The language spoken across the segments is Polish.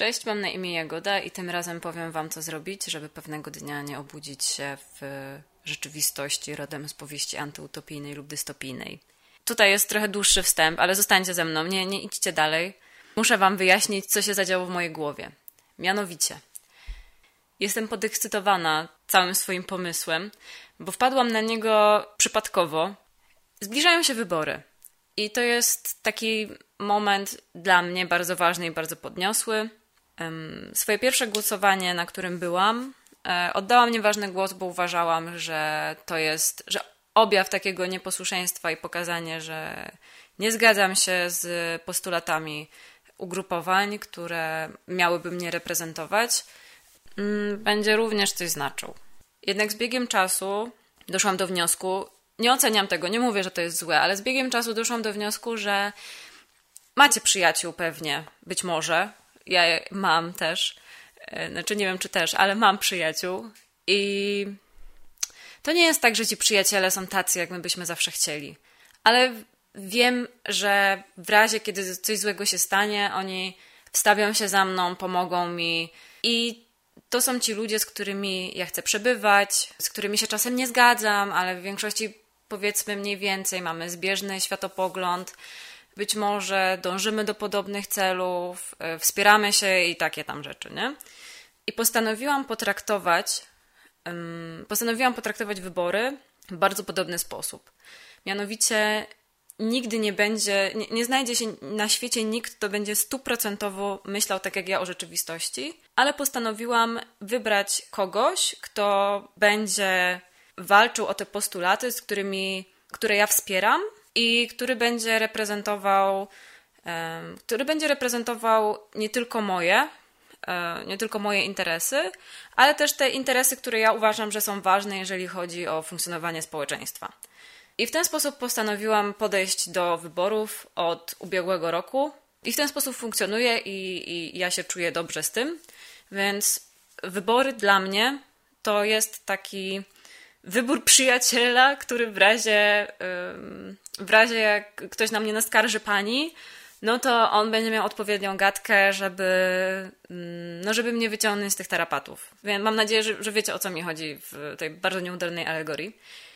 Cześć, mam na imię Jagoda i tym razem powiem wam, co zrobić, żeby pewnego dnia nie obudzić się w rzeczywistości rodem z powieści antyutopijnej lub dystopijnej. Tutaj jest trochę dłuższy wstęp, ale zostańcie ze mną, nie idźcie dalej. Muszę wam wyjaśnić, co się zadziało w mojej głowie. Mianowicie, jestem podekscytowana całym swoim pomysłem, bo wpadłam na niego przypadkowo. Zbliżają się wybory i to jest taki moment dla mnie bardzo ważny i bardzo podniosły. Swoje pierwsze głosowanie, na którym byłam, oddałam nieważny głos, bo uważałam, że to jest, że objaw takiego nieposłuszeństwa i pokazanie, że nie zgadzam się z postulatami ugrupowań, które miałyby mnie reprezentować, będzie również coś znaczył. Jednak z biegiem czasu doszłam do wniosku, nie oceniam tego, nie mówię, że to jest złe, ale z biegiem czasu doszłam do wniosku, że macie przyjaciół pewnie, być może. Ja mam też, znaczy nie wiem czy też, ale mam przyjaciół i to nie jest tak, że ci przyjaciele są tacy, jak my byśmy zawsze chcieli. Ale wiem, że w razie, kiedy coś złego się stanie, oni wstawią się za mną, pomogą mi i to są ci ludzie, z którymi ja chcę przebywać, z którymi się czasem nie zgadzam, ale w większości powiedzmy mniej więcej mamy zbieżny światopogląd. Być może dążymy do podobnych celów, wspieramy się i takie tam rzeczy, nie? I postanowiłam potraktować wybory w bardzo podobny sposób. Mianowicie nigdy nie znajdzie się na świecie nikt, kto będzie 100% myślał tak jak ja o rzeczywistości, ale postanowiłam wybrać kogoś, kto będzie walczył o te postulaty, które ja wspieram, i który będzie reprezentował nie tylko moje interesy, ale też te interesy, które ja uważam, że są ważne, jeżeli chodzi o funkcjonowanie społeczeństwa. I w ten sposób postanowiłam podejść do wyborów od ubiegłego roku i w ten sposób funkcjonuję i ja się czuję dobrze z tym, więc wybory dla mnie to jest taki wybór przyjaciela, który w razie jak ktoś na mnie naskarży pani, no to on będzie miał odpowiednią gadkę, żeby mnie wyciągnąć z tych tarapatów. Więc mam nadzieję, że wiecie, o co mi chodzi w tej bardzo nieudolnej alegorii.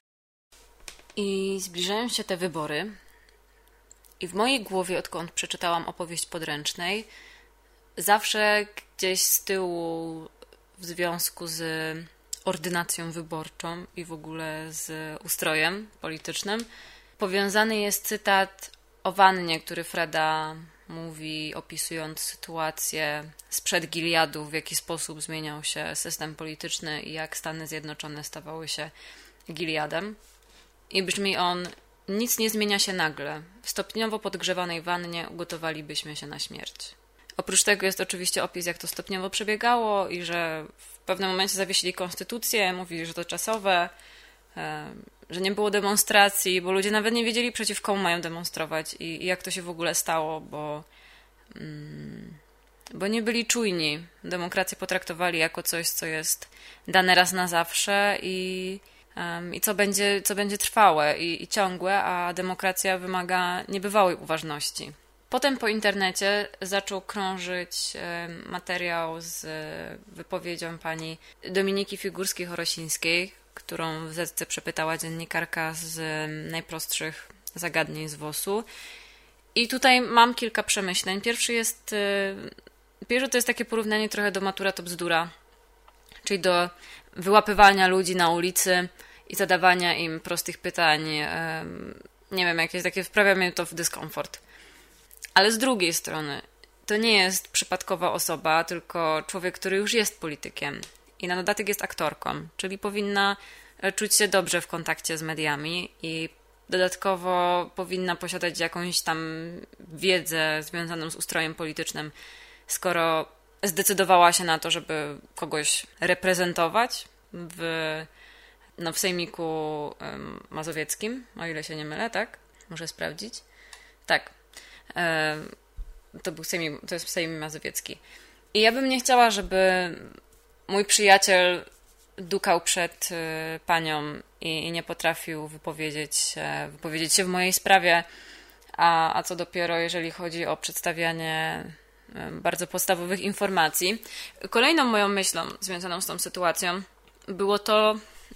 I zbliżają się te wybory i w mojej głowie, odkąd przeczytałam opowieść podręcznej, zawsze gdzieś z tyłu w związku z ordynacją wyborczą i w ogóle z ustrojem politycznym powiązany jest cytat o wannie, który Freda mówi, opisując sytuację sprzed Gileadu, w jaki sposób zmieniał się system polityczny i jak Stany Zjednoczone stawały się Gileadem. I brzmi on: nic nie zmienia się nagle. W stopniowo podgrzewanej wannie ugotowalibyśmy się na śmierć. Oprócz tego jest oczywiście opis, jak to stopniowo przebiegało i że w pewnym momencie zawiesili konstytucję, mówili, że to czasowe, że nie było demonstracji, bo ludzie nawet nie wiedzieli, przeciw komu mają demonstrować i jak to się w ogóle stało, bo nie byli czujni. Demokrację potraktowali jako coś, co jest dane raz na zawsze i co będzie trwałe i ciągłe, a demokracja wymaga niebywałej uważności. Potem po internecie zaczął krążyć materiał z wypowiedzią pani Dominiki Figurskiej-Chorosińskiej, którą w Zetce przepytała dziennikarka z najprostszych zagadnień z WOS-u. I tutaj mam kilka przemyśleń. Pierwsze to jest takie porównanie trochę do Matura to bzdura, czyli do wyłapywania ludzi na ulicy i zadawania im prostych pytań. Nie wiem, jakieś takie, wprawia mnie to w dyskomfort. Ale z drugiej strony to nie jest przypadkowa osoba, tylko człowiek, który już jest politykiem i na dodatek jest aktorką, czyli powinna czuć się dobrze w kontakcie z mediami i dodatkowo powinna posiadać jakąś tam wiedzę związaną z ustrojem politycznym, skoro zdecydowała się na to, żeby kogoś reprezentować w Sejmiku Mazowieckim, o ile się nie mylę, tak? Muszę sprawdzić. Tak. To jest Sejm Mazowiecki. I ja bym nie chciała, żeby mój przyjaciel dukał przed panią i nie potrafił wypowiedzieć się w mojej sprawie, a co dopiero jeżeli chodzi o przedstawianie bardzo podstawowych informacji. Kolejną moją myślą związaną z tą sytuacją było to,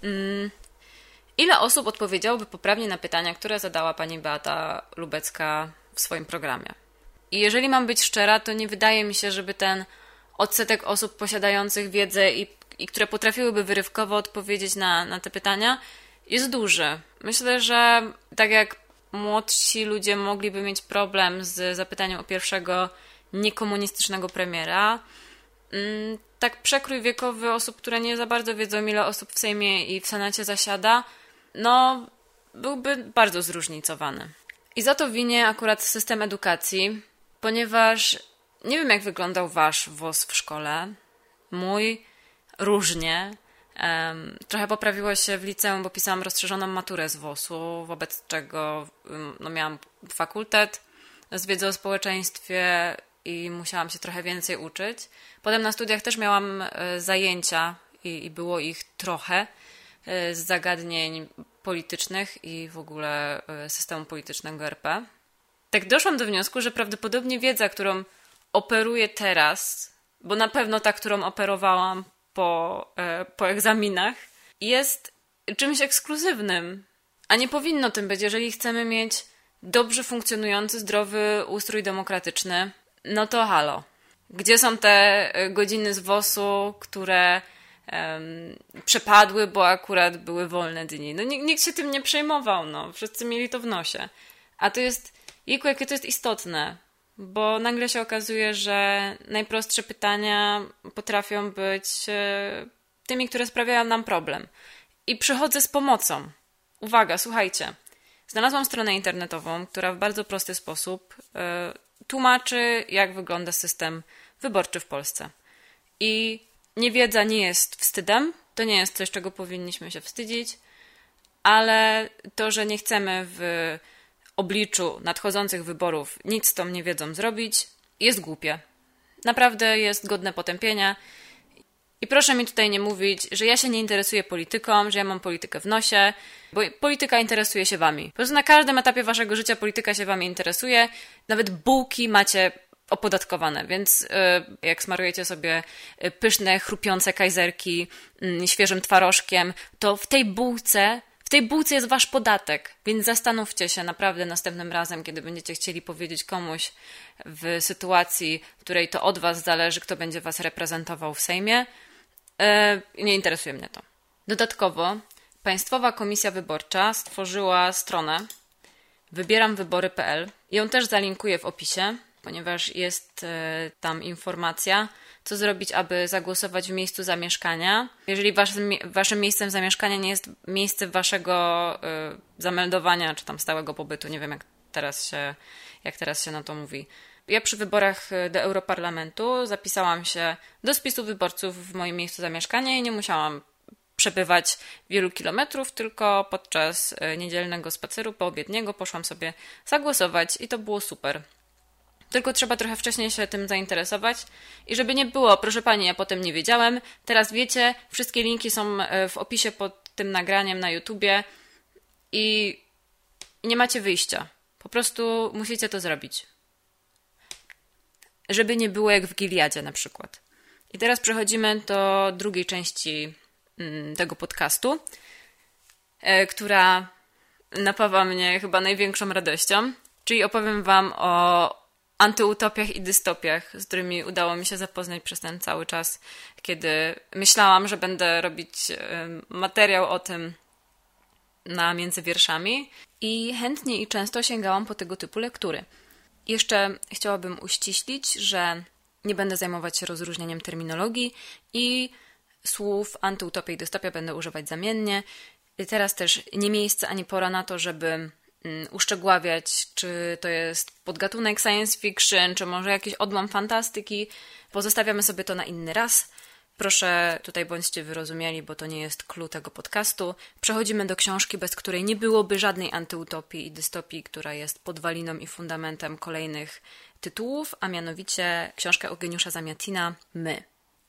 ile osób odpowiedziałoby poprawnie na pytania, które zadała pani Beata Lubecka w swoim programie. I jeżeli mam być szczera, to nie wydaje mi się, żeby ten odsetek osób posiadających wiedzę i które potrafiłyby wyrywkowo odpowiedzieć na te pytania jest duży. Myślę, że tak jak młodsi ludzie mogliby mieć problem z zapytaniem o pierwszego niekomunistycznego premiera, tak przekrój wiekowy osób, które nie za bardzo wiedzą, ile osób w Sejmie i w Senacie zasiada, no byłby bardzo zróżnicowany. I za to winię akurat system edukacji, ponieważ nie wiem, jak wyglądał wasz WOS w szkole. Mój różnie. Trochę poprawiło się w liceum, bo pisałam rozszerzoną maturę z WOS-u, wobec czego miałam fakultet z wiedzy o społeczeństwie i musiałam się trochę więcej uczyć. Potem na studiach też miałam zajęcia i było ich trochę z zagadnień politycznych i w ogóle systemu politycznego RP. Tak doszłam do wniosku, że prawdopodobnie wiedza, którą operuję teraz, bo na pewno ta, którą operowałam po egzaminach, jest czymś ekskluzywnym. A nie powinno tym być, jeżeli chcemy mieć dobrze funkcjonujący, zdrowy ustrój demokratyczny. No to halo. Gdzie są te godziny z WOS-u, które przepadły, bo akurat były wolne dni? No nikt się tym nie przejmował, no. Wszyscy mieli to w nosie. A to jest, jejku, jakie to jest istotne. Bo nagle się okazuje, że najprostsze pytania potrafią być tymi, które sprawiają nam problem. I przychodzę z pomocą. Uwaga, słuchajcie. Znalazłam stronę internetową, która w bardzo prosty sposób tłumaczy, jak wygląda system wyborczy w Polsce. I niewiedza nie jest wstydem, to nie jest coś, czego powinniśmy się wstydzić, ale to, że nie chcemy w obliczu nadchodzących wyborów nic z tą niewiedzą zrobić, jest głupie. Naprawdę jest godne potępienia. I proszę mi tutaj nie mówić, że ja się nie interesuję polityką, że ja mam politykę w nosie, bo polityka interesuje się wami. Po prostu na każdym etapie waszego życia polityka się wami interesuje. Nawet bułki macie opodatkowane, więc jak smarujecie sobie pyszne, chrupiące kajzerki świeżym twarożkiem, to w tej bułce jest wasz podatek, więc zastanówcie się naprawdę następnym razem, kiedy będziecie chcieli powiedzieć komuś w sytuacji, w której to od was zależy, kto będzie was reprezentował w Sejmie. Nie interesuje mnie to. Dodatkowo Państwowa Komisja Wyborcza stworzyła stronę wybieramwybory.pl. Ją też zalinkuję w opisie, ponieważ jest tam informacja, co zrobić, aby zagłosować w miejscu zamieszkania. Jeżeli waszym miejscem zamieszkania nie jest miejsce waszego zameldowania, czy tam stałego pobytu, nie wiem jak teraz się na to mówi. Ja przy wyborach do Europarlamentu zapisałam się do spisu wyborców w moim miejscu zamieszkania i nie musiałam przebywać wielu kilometrów, tylko podczas niedzielnego spaceru poobiedniego poszłam sobie zagłosować i to było super. Tylko trzeba trochę wcześniej się tym zainteresować i żeby nie było, proszę pani, ja potem nie wiedziałem, teraz wiecie, wszystkie linki są w opisie pod tym nagraniem na YouTubie i nie macie wyjścia. Po prostu musicie to zrobić. Żeby nie było jak w Giliadzie na przykład. I teraz przechodzimy do drugiej części tego podcastu, która napawa mnie chyba największą radością, czyli opowiem wam o antyutopiach i dystopiach, z którymi udało mi się zapoznać przez ten cały czas, kiedy myślałam, że będę robić materiał o tym między wierszami i chętnie i często sięgałam po tego typu lektury. Jeszcze chciałabym uściślić, że nie będę zajmować się rozróżnieniem terminologii i słów antyutopia i dystopia będę używać zamiennie. Teraz też nie miejsce ani pora na to, żeby uszczegóławiać, czy to jest podgatunek science fiction, czy może jakiś odłam fantastyki. Pozostawiamy sobie to na inny raz. Proszę tutaj bądźcie wyrozumiali, bo to nie jest clue tego podcastu. Przechodzimy do książki, bez której nie byłoby żadnej antyutopii i dystopii, która jest podwaliną i fundamentem kolejnych tytułów, a mianowicie książka Eugeniusza Zamiatina My.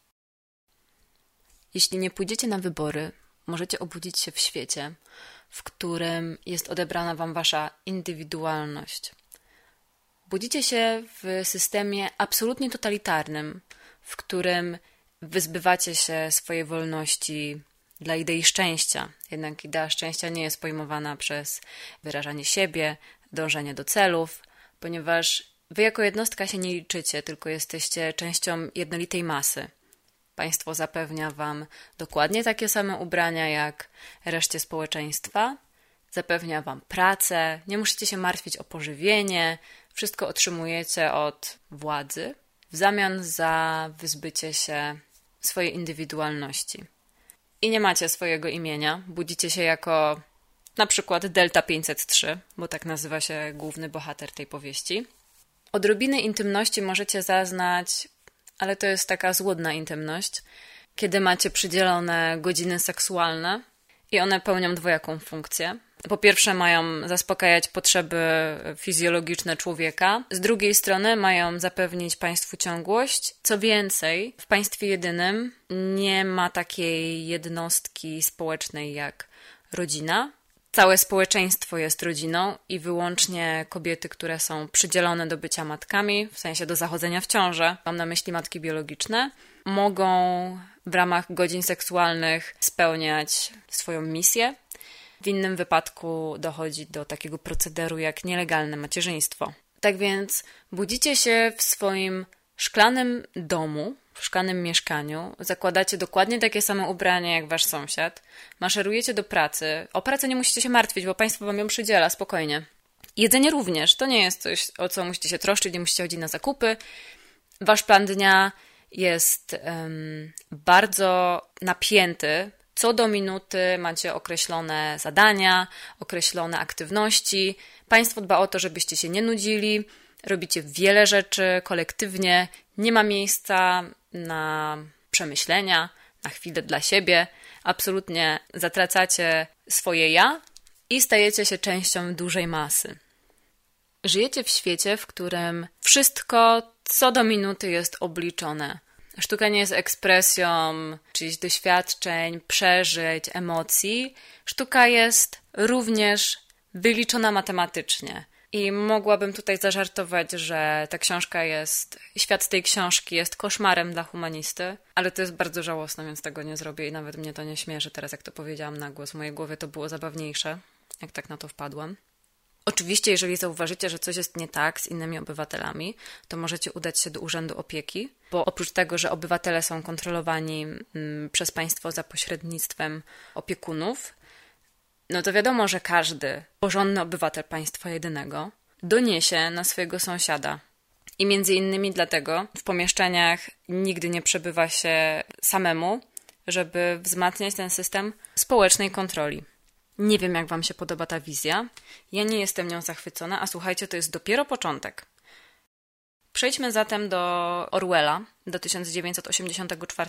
Jeśli nie pójdziecie na wybory, możecie obudzić się w świecie, w którym jest odebrana wam wasza indywidualność. Budzicie się w systemie absolutnie totalitarnym, w którym wyzbywacie się swojej wolności dla idei szczęścia. Jednak idea szczęścia nie jest pojmowana przez wyrażanie siebie, dążenie do celów, ponieważ wy jako jednostka się nie liczycie, tylko jesteście częścią jednolitej masy. Państwo zapewnia wam dokładnie takie same ubrania jak reszcie społeczeństwa, zapewnia wam pracę, nie musicie się martwić o pożywienie, wszystko otrzymujecie od władzy w zamian za wyzbycie się swojej indywidualności. I nie macie swojego imienia, budzicie się jako na przykład Delta 503, bo tak nazywa się główny bohater tej powieści. Odrobiny intymności możecie zaznać, ale to jest taka złudna intymność, kiedy macie przydzielone godziny seksualne i one pełnią dwojaką funkcję. Po pierwsze mają zaspokajać potrzeby fizjologiczne człowieka, z drugiej strony mają zapewnić państwu ciągłość. Co więcej, w państwie jedynym nie ma takiej jednostki społecznej jak rodzina. Całe społeczeństwo jest rodziną i wyłącznie kobiety, które są przydzielone do bycia matkami, w sensie do zachodzenia w ciążę, mam na myśli matki biologiczne, mogą w ramach godzin seksualnych spełniać swoją misję. W innym wypadku dochodzi do takiego procederu jak nielegalne macierzyństwo. Tak więc budzicie się w swoim szklanym domu, w szklanym mieszkaniu, zakładacie dokładnie takie same ubrania jak wasz sąsiad, maszerujecie do pracy. O pracę nie musicie się martwić, bo państwo wam ją przydziela, spokojnie. Jedzenie również, to nie jest coś, o co musicie się troszczyć, nie musicie chodzić na zakupy. Wasz plan dnia jest bardzo napięty. Co do minuty macie określone zadania, określone aktywności. Państwo dba o to, żebyście się nie nudzili. Robicie wiele rzeczy kolektywnie. Nie ma miejsca na przemyślenia, na chwilę dla siebie. Absolutnie zatracacie swoje ja i stajecie się częścią dużej masy. Żyjecie w świecie, w którym wszystko co do minuty jest obliczone. Sztuka nie jest ekspresją czyichś doświadczeń, przeżyć, emocji. Sztuka jest również wyliczona matematycznie. I mogłabym tutaj zażartować, że ta książka świat tej książki jest koszmarem dla humanisty, ale to jest bardzo żałosne, więc tego nie zrobię i nawet mnie to nie śmieszy teraz, jak to powiedziałam na głos. W mojej głowie to było zabawniejsze, jak tak na to wpadłam. Oczywiście, jeżeli zauważycie, że coś jest nie tak z innymi obywatelami, to możecie udać się do Urzędu Opieki, bo oprócz tego, że obywatele są kontrolowani przez państwo za pośrednictwem opiekunów, no to wiadomo, że każdy porządny obywatel państwa jedynego doniesie na swojego sąsiada. I między innymi dlatego w pomieszczeniach nigdy nie przebywa się samemu, żeby wzmacniać ten system społecznej kontroli. Nie wiem, jak wam się podoba ta wizja. Ja nie jestem nią zachwycona, a słuchajcie, to jest dopiero początek. Przejdźmy zatem do Orwella, do 1984.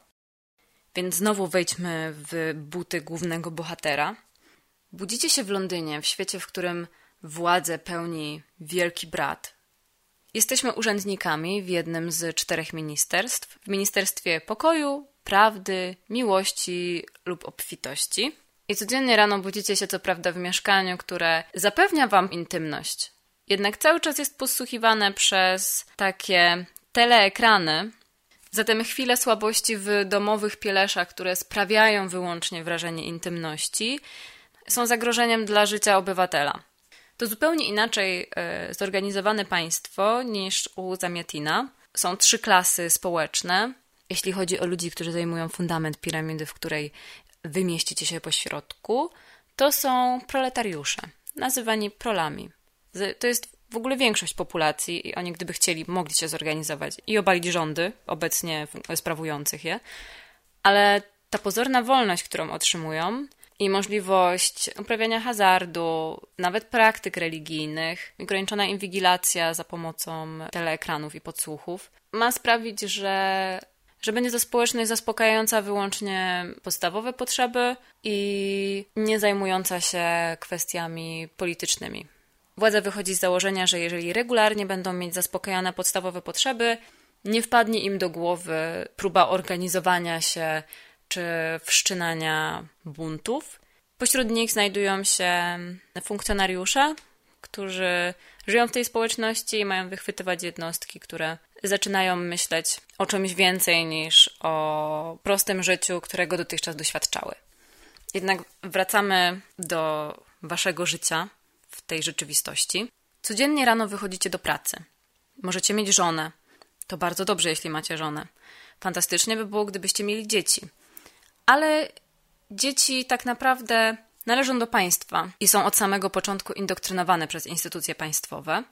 Więc znowu wejdźmy w buty głównego bohatera. Budzicie się w Londynie, w świecie, w którym władzę pełni wielki brat. Jesteśmy urzędnikami w jednym z 4 ministerstw. W Ministerstwie Pokoju, Prawdy, Miłości lub Obfitości. I codziennie rano budzicie się co prawda w mieszkaniu, które zapewnia wam intymność. Jednak cały czas jest podsłuchiwane przez takie teleekrany. Zatem chwile słabości w domowych pieleszach, które sprawiają wyłącznie wrażenie intymności, są zagrożeniem dla życia obywatela. To zupełnie inaczej zorganizowane państwo niż u Zamjatina. Są 3 klasy społeczne, jeśli chodzi o ludzi, którzy zajmują fundament piramidy, w której wy mieścicie się po środku, to są proletariusze, nazywani prolami. To jest w ogóle większość populacji i oni, gdyby chcieli, mogli się zorganizować i obalić rządy obecnie sprawujących je, ale ta pozorna wolność, którą otrzymują i możliwość uprawiania hazardu, nawet praktyk religijnych, ograniczona inwigilacja za pomocą teleekranów i podsłuchów, ma sprawić, że będzie to społeczność zaspokajająca wyłącznie podstawowe potrzeby i nie zajmująca się kwestiami politycznymi. Władza wychodzi z założenia, że jeżeli regularnie będą mieć zaspokajane podstawowe potrzeby, nie wpadnie im do głowy próba organizowania się czy wszczynania buntów. Pośród nich znajdują się funkcjonariusze, którzy żyją w tej społeczności i mają wychwytywać jednostki, które zaczynają myśleć o czymś więcej niż o prostym życiu, którego dotychczas doświadczały. Jednak wracamy do waszego życia w tej rzeczywistości. Codziennie rano wychodzicie do pracy. Możecie mieć żonę. To bardzo dobrze, jeśli macie żonę. Fantastycznie by było, gdybyście mieli dzieci. Ale dzieci tak naprawdę należą do państwa i są od samego początku indoktrynowane przez instytucje państwowe.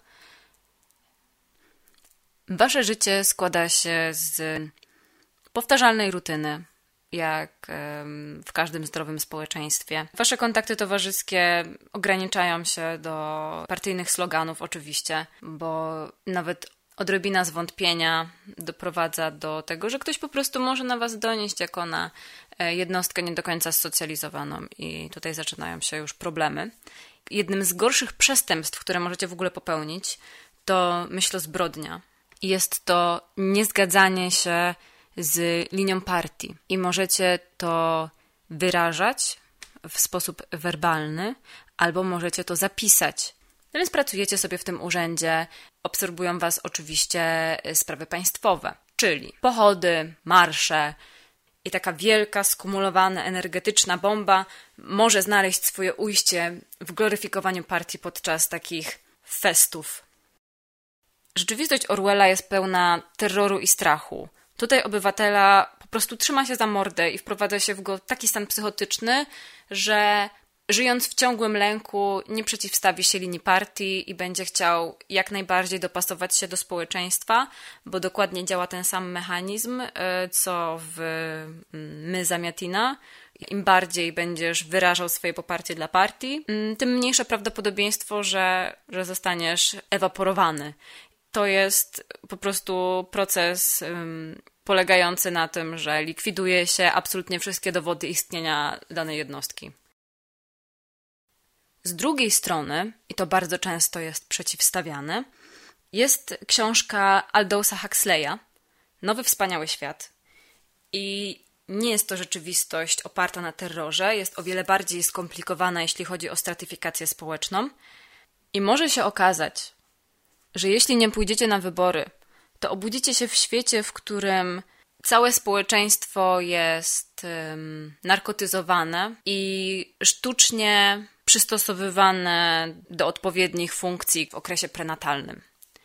Wasze życie składa się z powtarzalnej rutyny, jak w każdym zdrowym społeczeństwie. Wasze kontakty towarzyskie ograniczają się do partyjnych sloganów oczywiście, bo nawet odrobina zwątpienia doprowadza do tego, że ktoś po prostu może na was donieść jako na jednostkę nie do końca zsocjalizowaną i tutaj zaczynają się już problemy. Jednym z gorszych przestępstw, które możecie w ogóle popełnić, to myślozbrodnia. I jest to niezgadzanie się z linią partii. I możecie to wyrażać w sposób werbalny, albo możecie to zapisać. No więc pracujecie sobie w tym urzędzie, obserwują was oczywiście sprawy państwowe, czyli pochody, marsze i taka wielka, skumulowana, energetyczna bomba może znaleźć swoje ujście w gloryfikowaniu partii podczas takich festów. Rzeczywistość Orwella jest pełna terroru i strachu. Tutaj obywatela po prostu trzyma się za mordę i wprowadza się w go taki stan psychotyczny, że żyjąc w ciągłym lęku nie przeciwstawi się linii partii i będzie chciał jak najbardziej dopasować się do społeczeństwa, bo dokładnie działa ten sam mechanizm, co w My Zamiatina. Im bardziej będziesz wyrażał swoje poparcie dla partii, tym mniejsze prawdopodobieństwo, że zostaniesz ewaporowany. To jest po prostu proces polegający na tym, że likwiduje się absolutnie wszystkie dowody istnienia danej jednostki. Z drugiej strony, i to bardzo często jest przeciwstawiane, jest książka Aldousa Huxleya Nowy Wspaniały Świat. I nie jest to rzeczywistość oparta na terrorze, jest o wiele bardziej skomplikowana, jeśli chodzi o stratyfikację społeczną. I może się okazać, że jeśli nie pójdziecie na wybory, to obudzicie się w świecie, w którym całe społeczeństwo jest narkotyzowane i sztucznie przystosowywane do odpowiednich funkcji w okresie prenatalnym.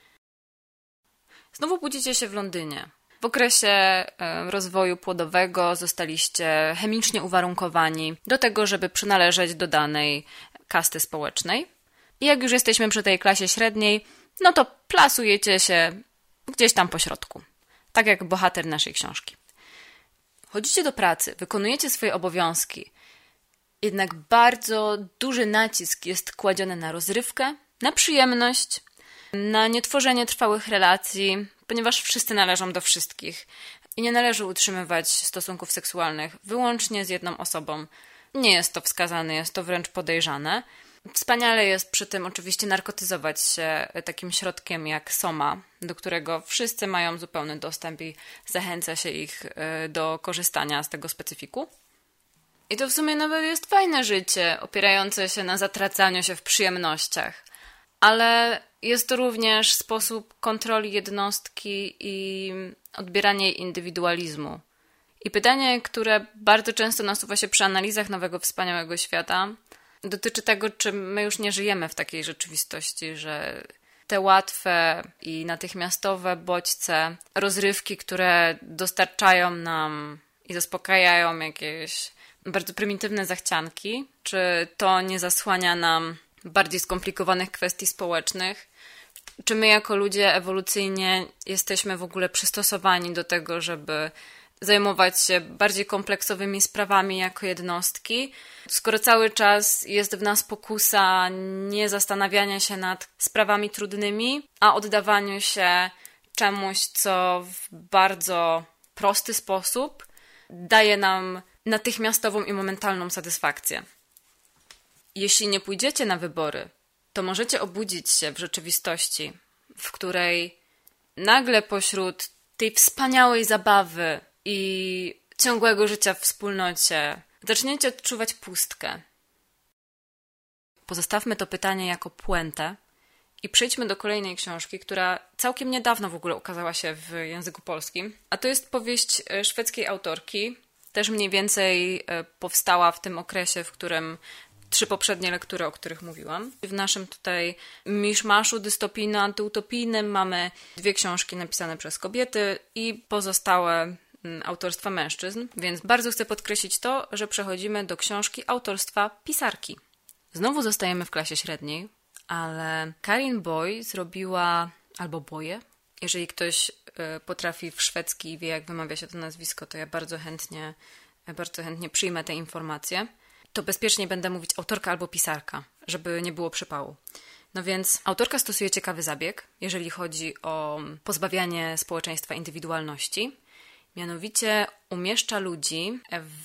Znowu budzicie się w Londynie. W okresie rozwoju płodowego zostaliście chemicznie uwarunkowani do tego, żeby przynależeć do danej kasty społecznej. I jak już jesteśmy przy tej klasie średniej, no to plasujecie się gdzieś tam po środku. Tak jak bohater naszej książki. Chodzicie do pracy, wykonujecie swoje obowiązki, jednak bardzo duży nacisk jest kładziony na rozrywkę, na przyjemność, na nietworzenie trwałych relacji, ponieważ wszyscy należą do wszystkich i nie należy utrzymywać stosunków seksualnych wyłącznie z jedną osobą. Nie jest to wskazane, jest to wręcz podejrzane. Wspaniale jest przy tym oczywiście narkotyzować się takim środkiem jak Soma, do którego wszyscy mają zupełny dostęp i zachęca się ich do korzystania z tego specyfiku. I to w sumie nawet jest fajne życie, opierające się na zatracaniu się w przyjemnościach. Ale jest to również sposób kontroli jednostki i odbierania jej indywidualizmu. I pytanie, które bardzo często nasuwa się przy analizach Nowego Wspaniałego Świata, dotyczy tego, czy my już nie żyjemy w takiej rzeczywistości, że te łatwe i natychmiastowe bodźce, rozrywki, które dostarczają nam i zaspokajają jakieś bardzo prymitywne zachcianki, czy to nie zasłania nam bardziej skomplikowanych kwestii społecznych, czy my jako ludzie ewolucyjnie jesteśmy w ogóle przystosowani do tego, żeby zajmować się bardziej kompleksowymi sprawami jako jednostki, skoro cały czas jest w nas pokusa nie zastanawiania się nad sprawami trudnymi, a oddawaniu się czemuś, co w bardzo prosty sposób daje nam natychmiastową i momentalną satysfakcję. Jeśli nie pójdziecie na wybory, to możecie obudzić się w rzeczywistości, w której nagle pośród tej wspaniałej zabawy i ciągłego życia w wspólnocie zaczniecie odczuwać pustkę. pozostawmy to pytanie jako puentę i przejdźmy do kolejnej książki, która całkiem niedawno w ogóle ukazała się w języku polskim. A to jest powieść szwedzkiej autorki. Też mniej więcej powstała w tym okresie, w którym 3 poprzednie lektury, o których mówiłam. W naszym tutaj miszmaszu dystopijno-antyutopijnym mamy 2 książki napisane przez kobiety i pozostałe autorstwa mężczyzn, więc bardzo chcę podkreślić to, że przechodzimy do książki autorstwa pisarki. Znowu zostajemy w klasie średniej, ale Karin Boye zrobiła, albo Boje, jeżeli ktoś potrafi w szwedzki i wie, jak wymawia się to nazwisko, to ja bardzo chętnie przyjmę te informacje. To bezpiecznie będę mówić autorka albo pisarka, żeby nie było przypału. No więc autorka stosuje ciekawy zabieg, jeżeli chodzi o pozbawianie społeczeństwa indywidualności. Mianowicie umieszcza ludzi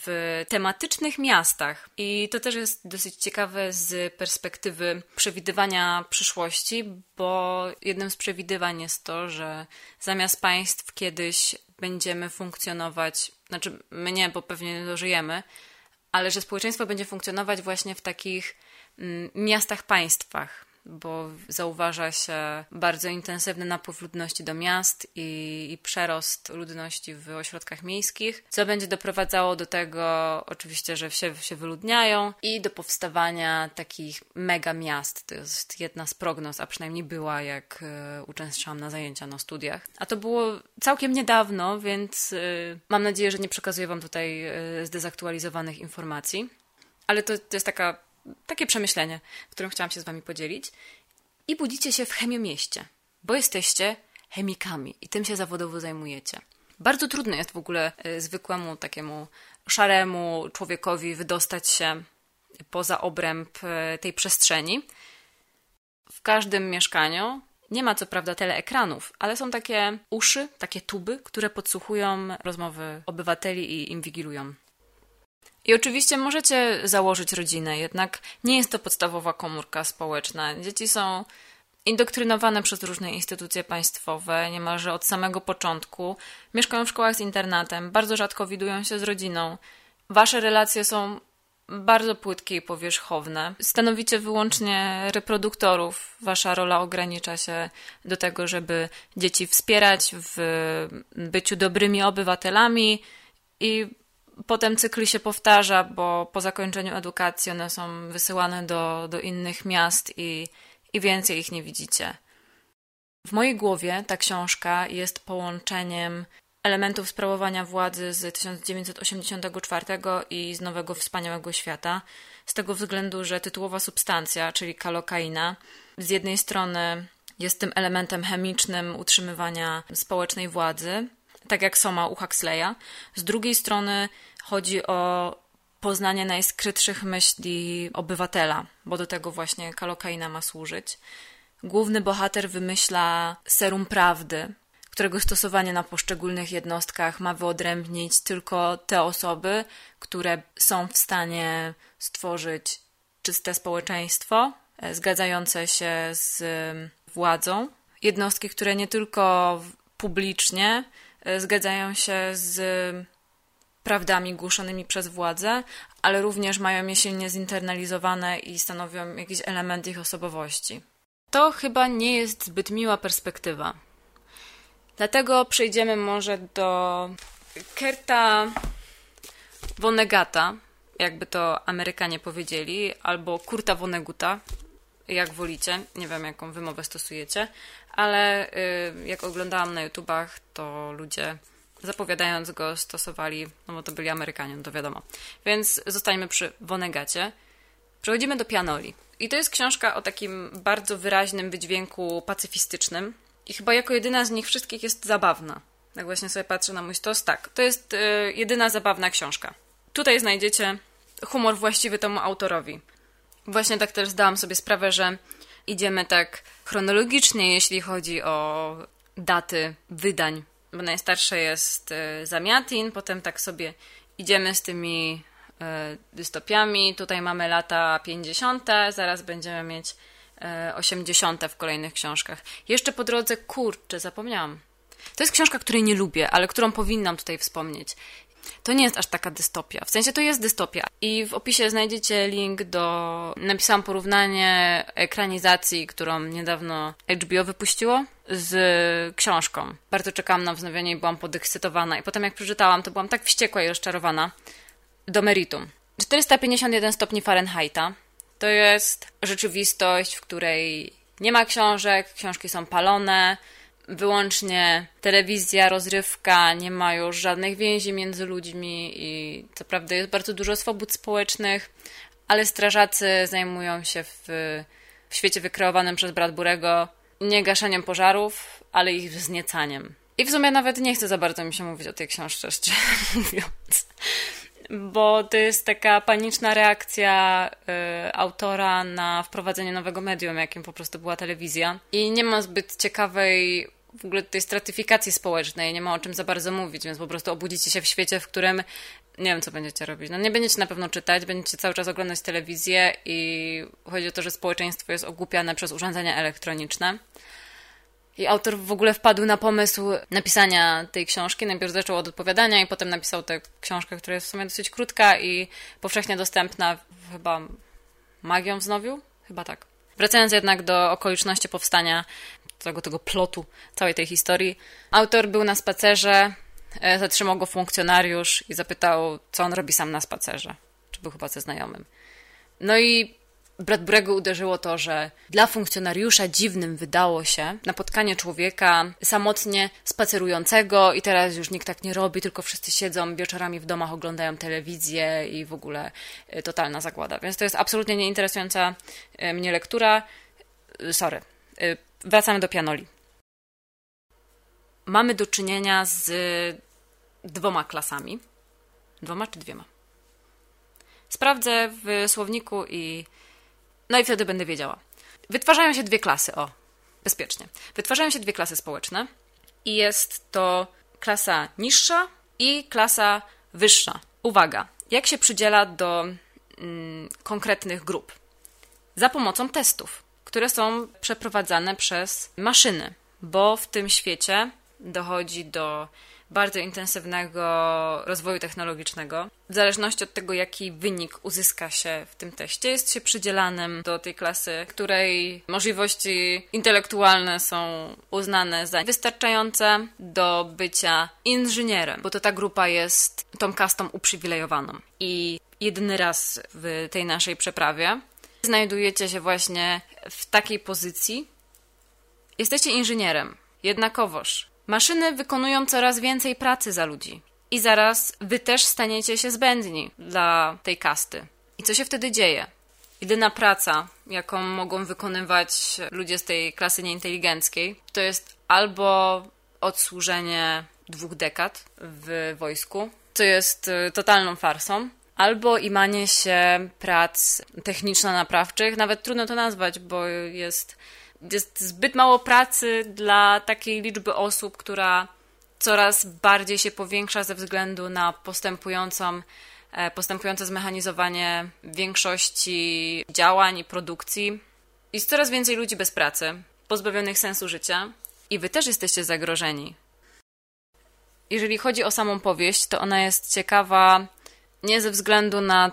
w tematycznych miastach. I to też jest dosyć ciekawe z perspektywy przewidywania przyszłości, bo jednym z przewidywań jest to, że zamiast państw kiedyś będziemy funkcjonować, znaczy my nie, bo pewnie nie dożyjemy, ale że społeczeństwo będzie funkcjonować właśnie w takich miastach-państwach, bo zauważa się bardzo intensywny napływ ludności do miast i przerost ludności w ośrodkach miejskich, co będzie doprowadzało do tego oczywiście, że wsie się wyludniają i do powstawania takich mega miast. To jest jedna z prognoz, a przynajmniej była, jak uczęszczałam na zajęcia na studiach. A to było całkiem niedawno, więc mam nadzieję, że nie przekazuję wam tutaj zdezaktualizowanych informacji, ale to jest takie przemyślenie, którym chciałam się z wami podzielić. I budzicie się w chemiomieście, bo jesteście chemikami i tym się zawodowo zajmujecie. Bardzo trudno jest w ogóle zwykłemu takiemu szaremu człowiekowi wydostać się poza obręb tej przestrzeni. W każdym mieszkaniu nie ma co prawda teleekranów, ale są takie uszy, takie tuby, które podsłuchują rozmowy obywateli i inwigilują. I oczywiście możecie założyć rodzinę, jednak nie jest to podstawowa komórka społeczna. Dzieci są indoktrynowane przez różne instytucje państwowe, niemalże od samego początku. Mieszkają w szkołach z internatem, bardzo rzadko widują się z rodziną. Wasze relacje są bardzo płytkie i powierzchowne. Stanowicie wyłącznie reproduktorów. Wasza rola ogranicza się do tego, żeby dzieci wspierać w byciu dobrymi obywatelami i potem cykl się powtarza, bo po zakończeniu edukacji one są wysyłane do innych miast i więcej ich nie widzicie. W mojej głowie ta książka jest połączeniem elementów sprawowania władzy z 1984 i z Nowego Wspaniałego Świata, z tego względu, że tytułowa substancja, czyli kalokaina, z jednej strony jest tym elementem chemicznym utrzymywania społecznej władzy, tak jak Soma u Huxleya. Z drugiej strony chodzi o poznanie najskrytszych myśli obywatela, bo do tego właśnie kalokaina ma służyć. Główny bohater wymyśla serum prawdy, którego stosowanie na poszczególnych jednostkach ma wyodrębnić tylko te osoby, które są w stanie stworzyć czyste społeczeństwo, zgadzające się z władzą. Jednostki, które nie tylko publicznie zgadzają się z prawdami głoszonymi przez władzę, ale również mają je silnie zinternalizowane i stanowią jakiś element ich osobowości. To chyba nie jest zbyt miła perspektywa. Dlatego przejdziemy może do Kurta Vonnegutta, jakby to Amerykanie powiedzieli, albo Kurta Vonnegutta, jak wolicie, nie wiem jaką wymowę stosujecie, ale jak oglądałam na YouTubach, to ludzie zapowiadając go stosowali, no bo to byli Amerykanie, no to wiadomo. Więc zostańmy przy Vonnegutcie. Przechodzimy do Pianoli. I to jest książka o takim bardzo wyraźnym wydźwięku pacyfistycznym i chyba jako jedyna z nich wszystkich jest zabawna. Jak właśnie sobie patrzę na mój stos, tak, to jest jedyna zabawna książka. Tutaj znajdziecie humor właściwy temu autorowi. Właśnie tak też zdałam sobie sprawę, że idziemy tak chronologicznie, jeśli chodzi o daty wydań. Bo najstarsze jest Zamiatin, potem tak sobie idziemy z tymi dystopiami. Tutaj mamy lata 50., zaraz będziemy mieć 80. w kolejnych książkach. Jeszcze po drodze, kurczę, zapomniałam. To jest książka, której nie lubię, ale którą powinnam tutaj wspomnieć. To nie jest aż taka dystopia. W sensie to jest dystopia. I w opisie znajdziecie link do... Napisałam porównanie ekranizacji, którą niedawno HBO wypuściło, z książką. Bardzo czekałam na wznowienie i byłam podekscytowana. I potem jak przeczytałam, to byłam tak wściekła i rozczarowana. Do meritum. 451 stopni Fahrenheita to jest rzeczywistość, w której nie ma książek, książki są palone, wyłącznie telewizja, rozrywka, nie ma już żadnych więzi między ludźmi i co prawda jest bardzo dużo swobód społecznych, ale strażacy zajmują się w świecie wykreowanym przez Bradburego nie gaszeniem pożarów, ale ich wzniecaniem. I w sumie nawet nie chcę za bardzo mi się mówić o tej książce, szczerze mówiąc. Bo to jest taka paniczna reakcja autora na wprowadzenie nowego medium, jakim po prostu była telewizja. I nie ma zbyt ciekawej w ogóle tej stratyfikacji społecznej, nie ma o czym za bardzo mówić, więc po prostu obudzicie się w świecie, w którym nie wiem, co będziecie robić. No nie będziecie na pewno czytać, będziecie cały czas oglądać telewizję i chodzi o to, że społeczeństwo jest ogłupiane przez urządzenia elektroniczne. I autor w ogóle wpadł na pomysł napisania tej książki. Najpierw zaczął od opowiadania i potem napisał tę książkę, która jest w sumie dosyć krótka i powszechnie dostępna, chyba magią wznowił? Chyba tak. Wracając jednak do okoliczności powstania tego plotu całej tej historii. Autor był na spacerze, zatrzymał go funkcjonariusz i zapytał, co on robi sam na spacerze. Czy był chyba ze znajomym. No i Bradburego uderzyło to, że dla funkcjonariusza dziwnym wydało się napotkanie człowieka samotnie spacerującego i teraz już nikt tak nie robi, tylko wszyscy siedzą wieczorami w domach, oglądają telewizję i w ogóle totalna zagłada. Więc to jest absolutnie nieinteresująca mnie lektura. Sorry. Wracamy do Pianoli. Mamy do czynienia z 2 klasami. 2 czy 2? Sprawdzę w słowniku no i wtedy będę wiedziała. Wytwarzają się 2 klasy, bezpiecznie. Wytwarzają się 2 klasy społeczne i jest to klasa niższa i klasa wyższa. Uwaga, jak się przydziela do konkretnych grup? Za pomocą testów, które są przeprowadzane przez maszyny, bo w tym świecie dochodzi do bardzo intensywnego rozwoju technologicznego. W zależności od tego, jaki wynik uzyska się w tym teście, jest się przydzielanym do tej klasy, której możliwości intelektualne są uznane za wystarczające do bycia inżynierem, bo to ta grupa jest tą kastą uprzywilejowaną. I jedyny raz w tej naszej przeprawie znajdujecie się właśnie w takiej pozycji. Jesteście inżynierem, jednakowoż maszyny wykonują coraz więcej pracy za ludzi. I zaraz wy też staniecie się zbędni dla tej kasty. I co się wtedy dzieje? Jedyna praca, jaką mogą wykonywać ludzie z tej klasy nieinteligenckiej, to jest albo odsłużenie 2 dekad w wojsku, co jest totalną farsą, albo imanie się prac techniczno-naprawczych. Nawet trudno to nazwać, bo jest zbyt mało pracy dla takiej liczby osób, która coraz bardziej się powiększa ze względu na postępujące zmechanizowanie większości działań i produkcji. Jest coraz więcej ludzi bez pracy, pozbawionych sensu życia i wy też jesteście zagrożeni. Jeżeli chodzi o samą powieść, to ona jest ciekawa nie ze względu na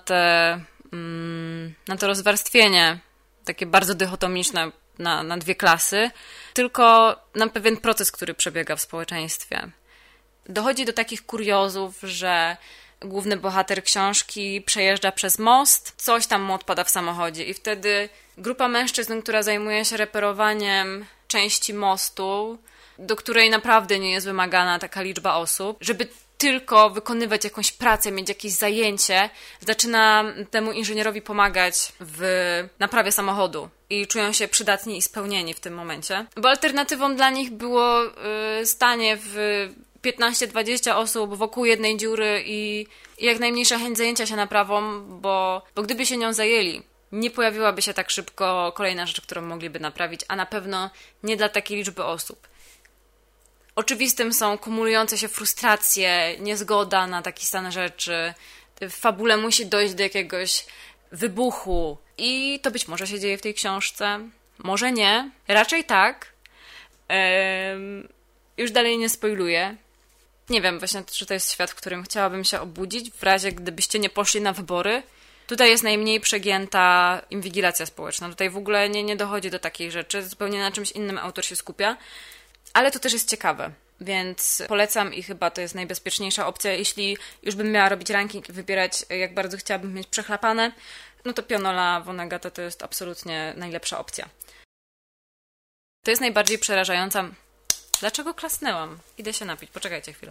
to rozwarstwienie, takie bardzo dychotomiczne na 2 klasy, tylko na pewien proces, który przebiega w społeczeństwie. Dochodzi do takich kuriozów, że główny bohater książki przejeżdża przez most, coś tam mu odpada w samochodzie i wtedy grupa mężczyzn, która zajmuje się reperowaniem części mostu, do której naprawdę nie jest wymagana taka liczba osób, żeby tylko wykonywać jakąś pracę, mieć jakieś zajęcie, zaczyna temu inżynierowi pomagać w naprawie samochodu i czują się przydatni i spełnieni w tym momencie. Bo alternatywą dla nich było stanie w 15-20 osób wokół jednej dziury i jak najmniejsza chęć zajęcia się naprawą, bo gdyby się nią zajęli, nie pojawiłaby się tak szybko kolejna rzecz, którą mogliby naprawić, a na pewno nie dla takiej liczby osób. Oczywistym są kumulujące się frustracje, niezgoda na taki stan rzeczy. W fabule musi dojść do jakiegoś wybuchu. I to być może się dzieje w tej książce. Może nie. Raczej tak. Już dalej nie spoiluję. Nie wiem właśnie, czy to jest świat, w którym chciałabym się obudzić, w razie gdybyście nie poszli na wybory. Tutaj jest najmniej przegięta inwigilacja społeczna. Tutaj w ogóle nie dochodzi do takiej rzeczy. Zupełnie na czymś innym autor się skupia. Ale to też jest ciekawe. Więc polecam i chyba to jest najbezpieczniejsza opcja. Jeśli już bym miała robić ranking i wybierać, jak bardzo chciałabym mieć przechlapane, no to Pionola Vonnegutta to jest absolutnie najlepsza opcja. To jest najbardziej przerażająca... Dlaczego klasnęłam? Idę się napić. Poczekajcie chwilę.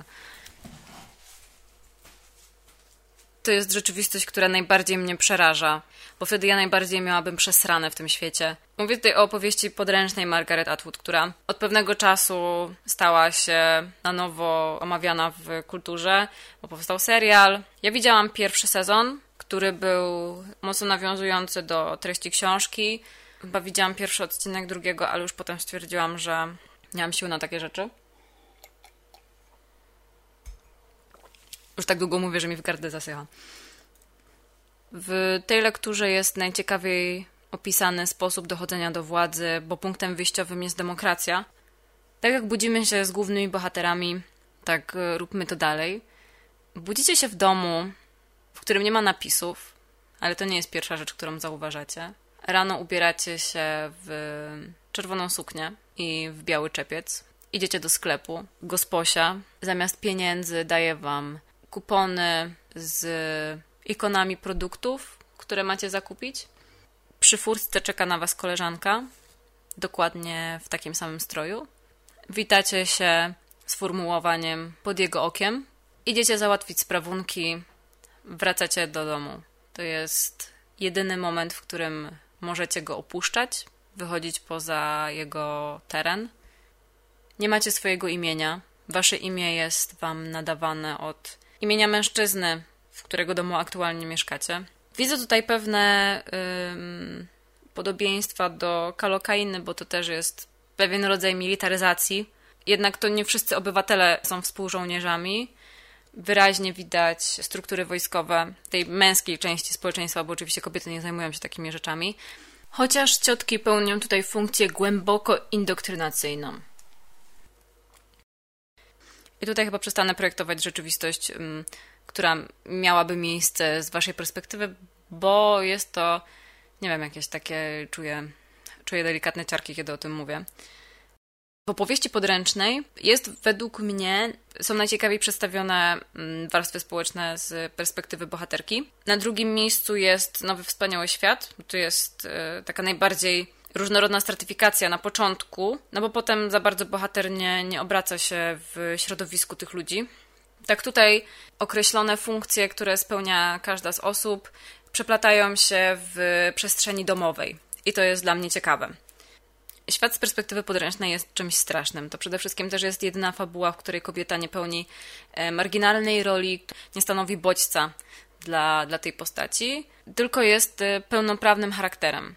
To jest rzeczywistość, która najbardziej mnie przeraża, bo wtedy ja najbardziej miałabym przesrane w tym świecie. Mówię tutaj o opowieści podręcznej Margaret Atwood, która od pewnego czasu stała się na nowo omawiana w kulturze, bo powstał serial. Ja widziałam pierwszy sezon, który był mocno nawiązujący do treści książki. Chyba widziałam pierwszy odcinek drugiego, ale już potem stwierdziłam, że nie mam sił na takie rzeczy. Już tak długo mówię, że mi w gardle zasycha. W tej lekturze jest najciekawiej opisany sposób dochodzenia do władzy, bo punktem wyjściowym jest demokracja. Tak jak budzimy się z głównymi bohaterami, tak róbmy to dalej. Budzicie się w domu, w którym nie ma napisów, ale to nie jest pierwsza rzecz, którą zauważacie. Rano ubieracie się w czerwoną suknię i w biały czepiec. Idziecie do sklepu. Gosposia zamiast pieniędzy daje wam kupony z ikonami produktów, które macie zakupić. Przy furtce czeka na was koleżanka, dokładnie w takim samym stroju. Witacie się sformułowaniem pod jego okiem. Idziecie załatwić sprawunki, wracacie do domu. To jest jedyny moment, w którym możecie go opuszczać, wychodzić poza jego teren. Nie macie swojego imienia. Wasze imię jest wam nadawane od imienia mężczyzny, w którego domu aktualnie mieszkacie. Widzę tutaj pewne podobieństwa do Kalokainy, bo to też jest pewien rodzaj militaryzacji. Jednak to nie wszyscy obywatele są współżołnierzami. Wyraźnie widać struktury wojskowe tej męskiej części społeczeństwa, bo oczywiście kobiety nie zajmują się takimi rzeczami. Chociaż ciotki pełnią tutaj funkcję głęboko indoktrynacyjną. I tutaj chyba przestanę projektować rzeczywistość, która miałaby miejsce z waszej perspektywy, bo jest to, nie wiem, jakieś takie, czuję delikatne ciarki, kiedy o tym mówię. W opowieści podręcznej jest według mnie, są najciekawiej przedstawione warstwy społeczne z perspektywy bohaterki. Na drugim miejscu jest Nowy Wspaniały Świat. To jest taka najbardziej różnorodna stratyfikacja na początku, no bo potem za bardzo bohater nie obraca się w środowisku tych ludzi. Tak tutaj określone funkcje, które spełnia każda z osób, przeplatają się w przestrzeni domowej. I to jest dla mnie ciekawe. Świat z perspektywy podręcznej jest czymś strasznym. To przede wszystkim też jest jedyna fabuła, w której kobieta nie pełni marginalnej roli, nie stanowi bodźca dla tej postaci, tylko jest pełnoprawnym charakterem.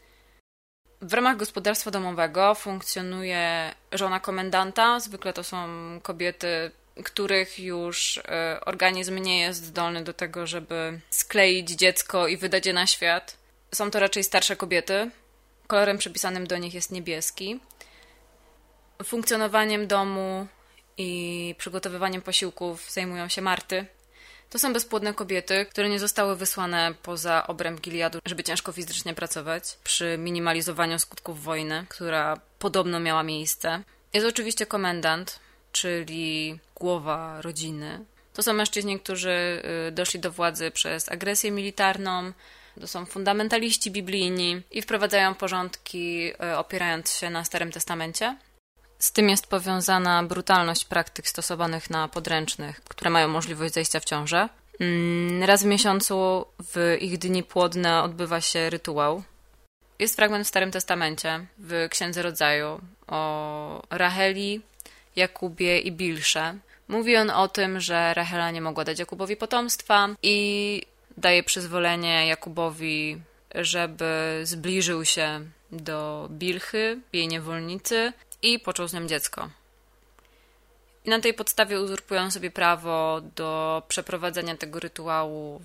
W ramach gospodarstwa domowego funkcjonuje żona komendanta. Zwykle to są kobiety, których już organizm nie jest zdolny do tego, żeby skleić dziecko i wydać je na świat. Są to raczej starsze kobiety. Kolorem przypisanym do nich jest niebieski. Funkcjonowaniem domu i przygotowywaniem posiłków zajmują się Marty. To są bezpłodne kobiety, które nie zostały wysłane poza obręb Gileadu, żeby ciężko fizycznie pracować przy minimalizowaniu skutków wojny, która podobno miała miejsce. Jest oczywiście komendant, czyli głowa rodziny. To są mężczyźni, którzy doszli do władzy przez agresję militarną. To są fundamentaliści biblijni i wprowadzają porządki opierając się na Starym Testamencie. Z tym jest powiązana brutalność praktyk stosowanych na podręcznych, które mają możliwość zajścia w ciążę. Raz w miesiącu w ich dni płodne odbywa się rytuał. Jest fragment w Starym Testamencie, w Księdze Rodzaju, o Racheli, Jakubie i Bilsze. Mówi on o tym, że Rachela nie mogła dać Jakubowi potomstwa i daje przyzwolenie Jakubowi, żeby zbliżył się do Bilchy, jej niewolnicy, i począł z nią dziecko. I na tej podstawie uzurpują sobie prawo do przeprowadzenia tego rytuału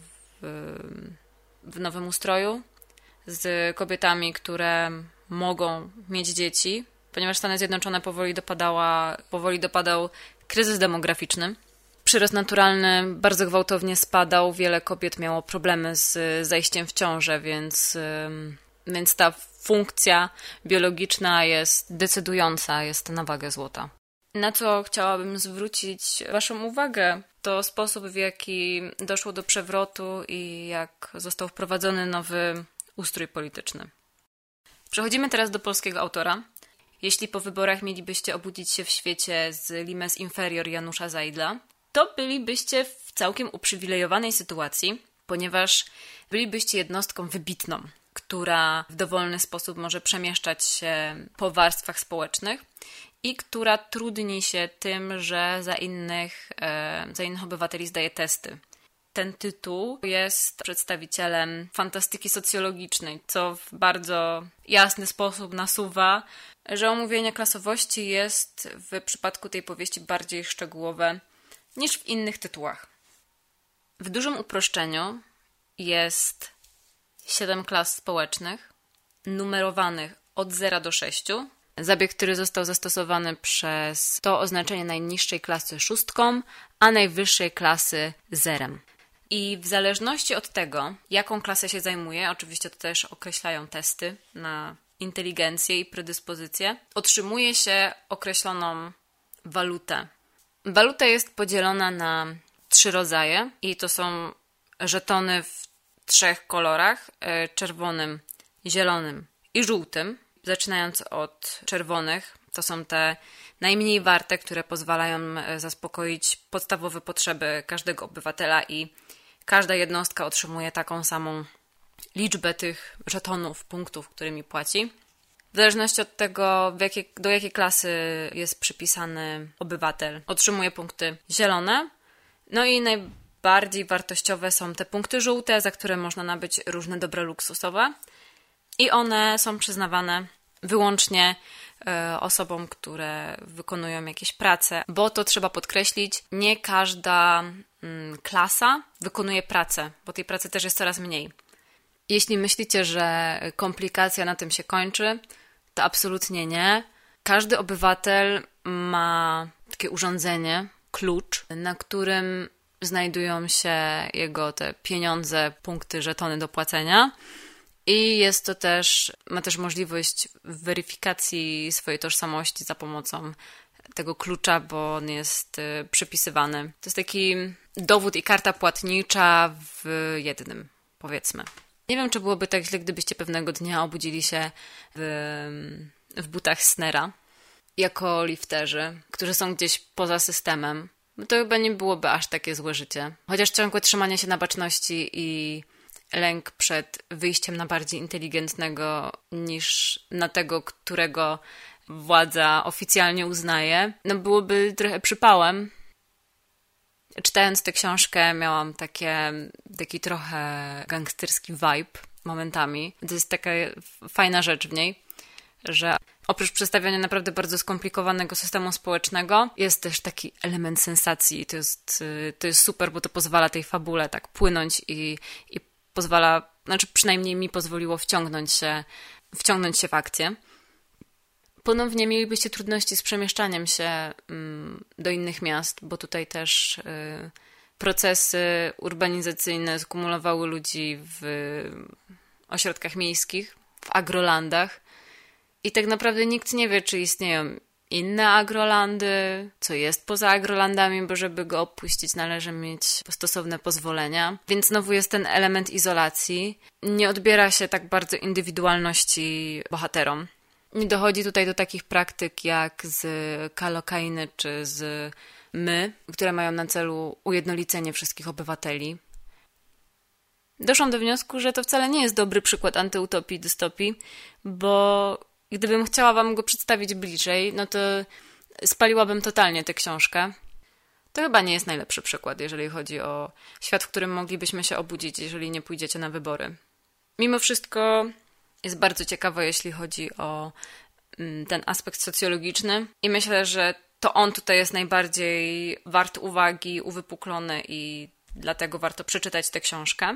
w nowym ustroju z kobietami, które mogą mieć dzieci, ponieważ Stany Zjednoczone powoli dopadał kryzys demograficzny. przyrost naturalny bardzo gwałtownie spadał, wiele kobiet miało problemy z zajściem w ciążę, więc ta funkcja biologiczna jest decydująca, jest na wagę złota. Na co chciałabym zwrócić Waszą uwagę, to sposób, w jaki doszło do przewrotu i jak został wprowadzony nowy ustrój polityczny. Przechodzimy teraz do polskiego autora. Jeśli po wyborach mielibyście obudzić się w świecie z limes inferior Janusza Zajdla, to bylibyście w całkiem uprzywilejowanej sytuacji, ponieważ bylibyście jednostką wybitną, która w dowolny sposób może przemieszczać się po warstwach społecznych i która trudni się tym, że za innych obywateli zdaje testy. Ten tytuł jest przedstawicielem fantastyki socjologicznej, co w bardzo jasny sposób nasuwa, że omówienie klasowości jest w przypadku tej powieści bardziej szczegółowe niż w innych tytułach. W dużym uproszczeniu jest 7 klas społecznych, numerowanych od 0 do 6. Zabieg, który został zastosowany przez to oznaczenie najniższej klasy 6, a najwyższej klasy 0. I w zależności od tego, jaką klasę się zajmuje, oczywiście to też określają testy na inteligencję i predyspozycję, otrzymuje się określoną walutę. Waluta jest podzielona na 3 rodzaje i to są żetony w 3 kolorach, czerwonym, zielonym i żółtym. Zaczynając od czerwonych, to są te najmniej warte, które pozwalają zaspokoić podstawowe potrzeby każdego obywatela i każda jednostka otrzymuje taką samą liczbę tych żetonów, punktów, którymi płaci. W zależności od tego, do jakiej klasy jest przypisany obywatel, otrzymuje punkty zielone. No i najbardziej wartościowe są te punkty żółte, za które można nabyć różne dobra luksusowe. I one są przyznawane wyłącznie osobom, które wykonują jakieś prace, bo to trzeba podkreślić, nie każda klasa wykonuje pracę, bo tej pracy też jest coraz mniej. Jeśli myślicie, że komplikacja na tym się kończy, to absolutnie nie. Każdy obywatel ma takie urządzenie, klucz, na którym znajdują się jego te pieniądze, punkty, żetony do płacenia. I jest to ma też możliwość weryfikacji swojej tożsamości za pomocą tego klucza, bo on jest przypisywany. To jest taki dowód i karta płatnicza w jednym, powiedzmy. Nie wiem, czy byłoby tak źle, gdybyście pewnego dnia obudzili się w butach Snera jako lifterzy, którzy są gdzieś poza systemem. No to chyba nie byłoby aż takie złe życie. Chociaż ciągłe trzymanie się na baczności i lęk przed wyjściem na bardziej inteligentnego niż na tego, którego władza oficjalnie uznaje, no byłoby trochę przypałem. Czytając tę książkę miałam taki trochę gangsterski vibe momentami. To jest taka fajna rzecz w niej, że oprócz przedstawiania naprawdę bardzo skomplikowanego systemu społecznego jest też taki element sensacji. To jest super, bo to pozwala tej fabule tak płynąć i pozwala, znaczy przynajmniej mi pozwoliło wciągnąć się w akcję. Ponownie mielibyście trudności z przemieszczaniem się do innych miast, bo tutaj też procesy urbanizacyjne skumulowały ludzi w ośrodkach miejskich, w agrolandach i tak naprawdę nikt nie wie, czy istnieją inne agrolandy, co jest poza agrolandami, bo żeby go opuścić należy mieć stosowne pozwolenia. Więc znowu jest ten element izolacji. Nie odbiera się tak bardzo indywidualności bohaterom. Nie dochodzi tutaj do takich praktyk jak z kalokainy czy z które mają na celu ujednolicenie wszystkich obywateli. Doszłam do wniosku, że to wcale nie jest dobry przykład antyutopii, dystopii, bo gdybym chciała wam go przedstawić bliżej, no to spaliłabym totalnie tę książkę. To chyba nie jest najlepszy przykład, jeżeli chodzi o świat, w którym moglibyśmy się obudzić, jeżeli nie pójdziecie na wybory. Mimo wszystko jest bardzo ciekawe, jeśli chodzi o ten aspekt socjologiczny i myślę, że to on tutaj jest najbardziej wart uwagi, uwypuklony i dlatego warto przeczytać tę książkę.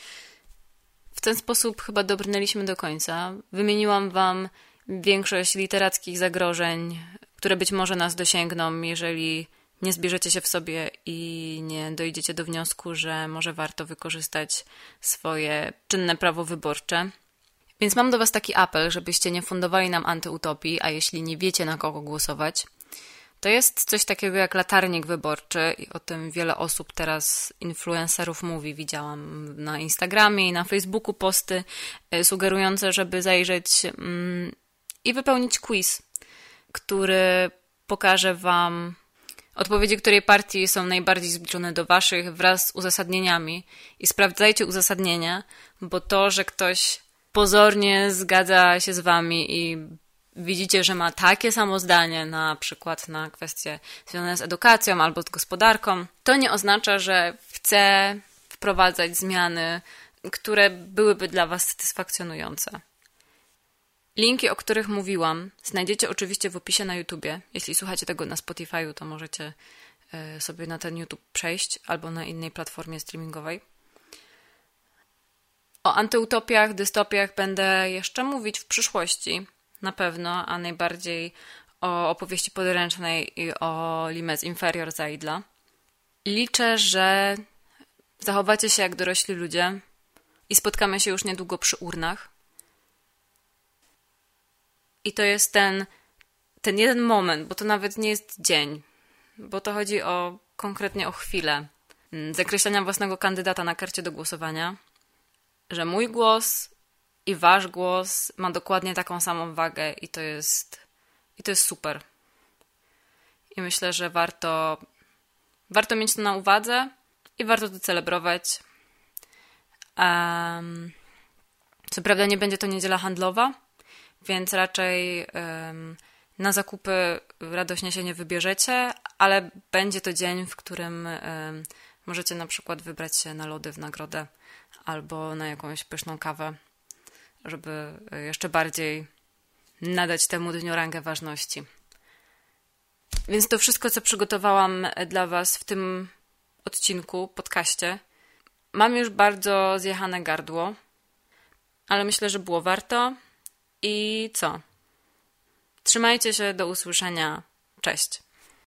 W ten sposób chyba dobrnęliśmy do końca. Wymieniłam wam większość literackich zagrożeń, które być może nas dosięgną, jeżeli nie zbierzecie się w sobie i nie dojdziecie do wniosku, że może warto wykorzystać swoje czynne prawo wyborcze. Więc mam do Was taki apel, żebyście nie fundowali nam antyutopii, a jeśli nie wiecie, na kogo głosować, to jest coś takiego jak latarnik wyborczy i o tym wiele osób teraz, influencerów mówi. Widziałam na Instagramie i na Facebooku posty sugerujące, żeby zajrzeć i wypełnić quiz, który pokaże Wam odpowiedzi, której partii są najbardziej zbliżone do Waszych wraz z uzasadnieniami. I sprawdzajcie uzasadnienia, bo to, że ktoś pozornie zgadza się z Wami i widzicie, że ma takie samo zdanie, na przykład na kwestie związane z edukacją albo z gospodarką, to nie oznacza, że chce wprowadzać zmiany, które byłyby dla Was satysfakcjonujące. Linki, o których mówiłam, znajdziecie oczywiście w opisie na YouTubie. Jeśli słuchacie tego na Spotify'u, to możecie sobie na ten YouTube przejść albo na innej platformie streamingowej. O antyutopiach, dystopiach będę jeszcze mówić w przyszłości, na pewno, a najbardziej o opowieści podręcznej i o Limes Inferior Zaidla. Liczę, że zachowacie się jak dorośli ludzie i spotkamy się już niedługo przy urnach. I to jest ten jeden moment, bo to nawet nie jest dzień, bo to chodzi konkretnie o chwilę zakreślenia własnego kandydata na karcie do głosowania, że mój głos i wasz głos ma dokładnie taką samą wagę i to jest super. I myślę, że warto mieć to na uwadze i warto to celebrować. Co prawda nie będzie to niedziela handlowa, więc raczej na zakupy radośnie się nie wybierzecie, ale będzie to dzień, w którym możecie na przykład wybrać się na lody w nagrodę albo na jakąś pyszną kawę, żeby jeszcze bardziej nadać temu dniu rangę ważności. Więc to wszystko, co przygotowałam dla Was w tym odcinku, podcaście. Mam już bardzo zjechane gardło, ale myślę, że było warto. I co? Trzymajcie się, do usłyszenia. Cześć.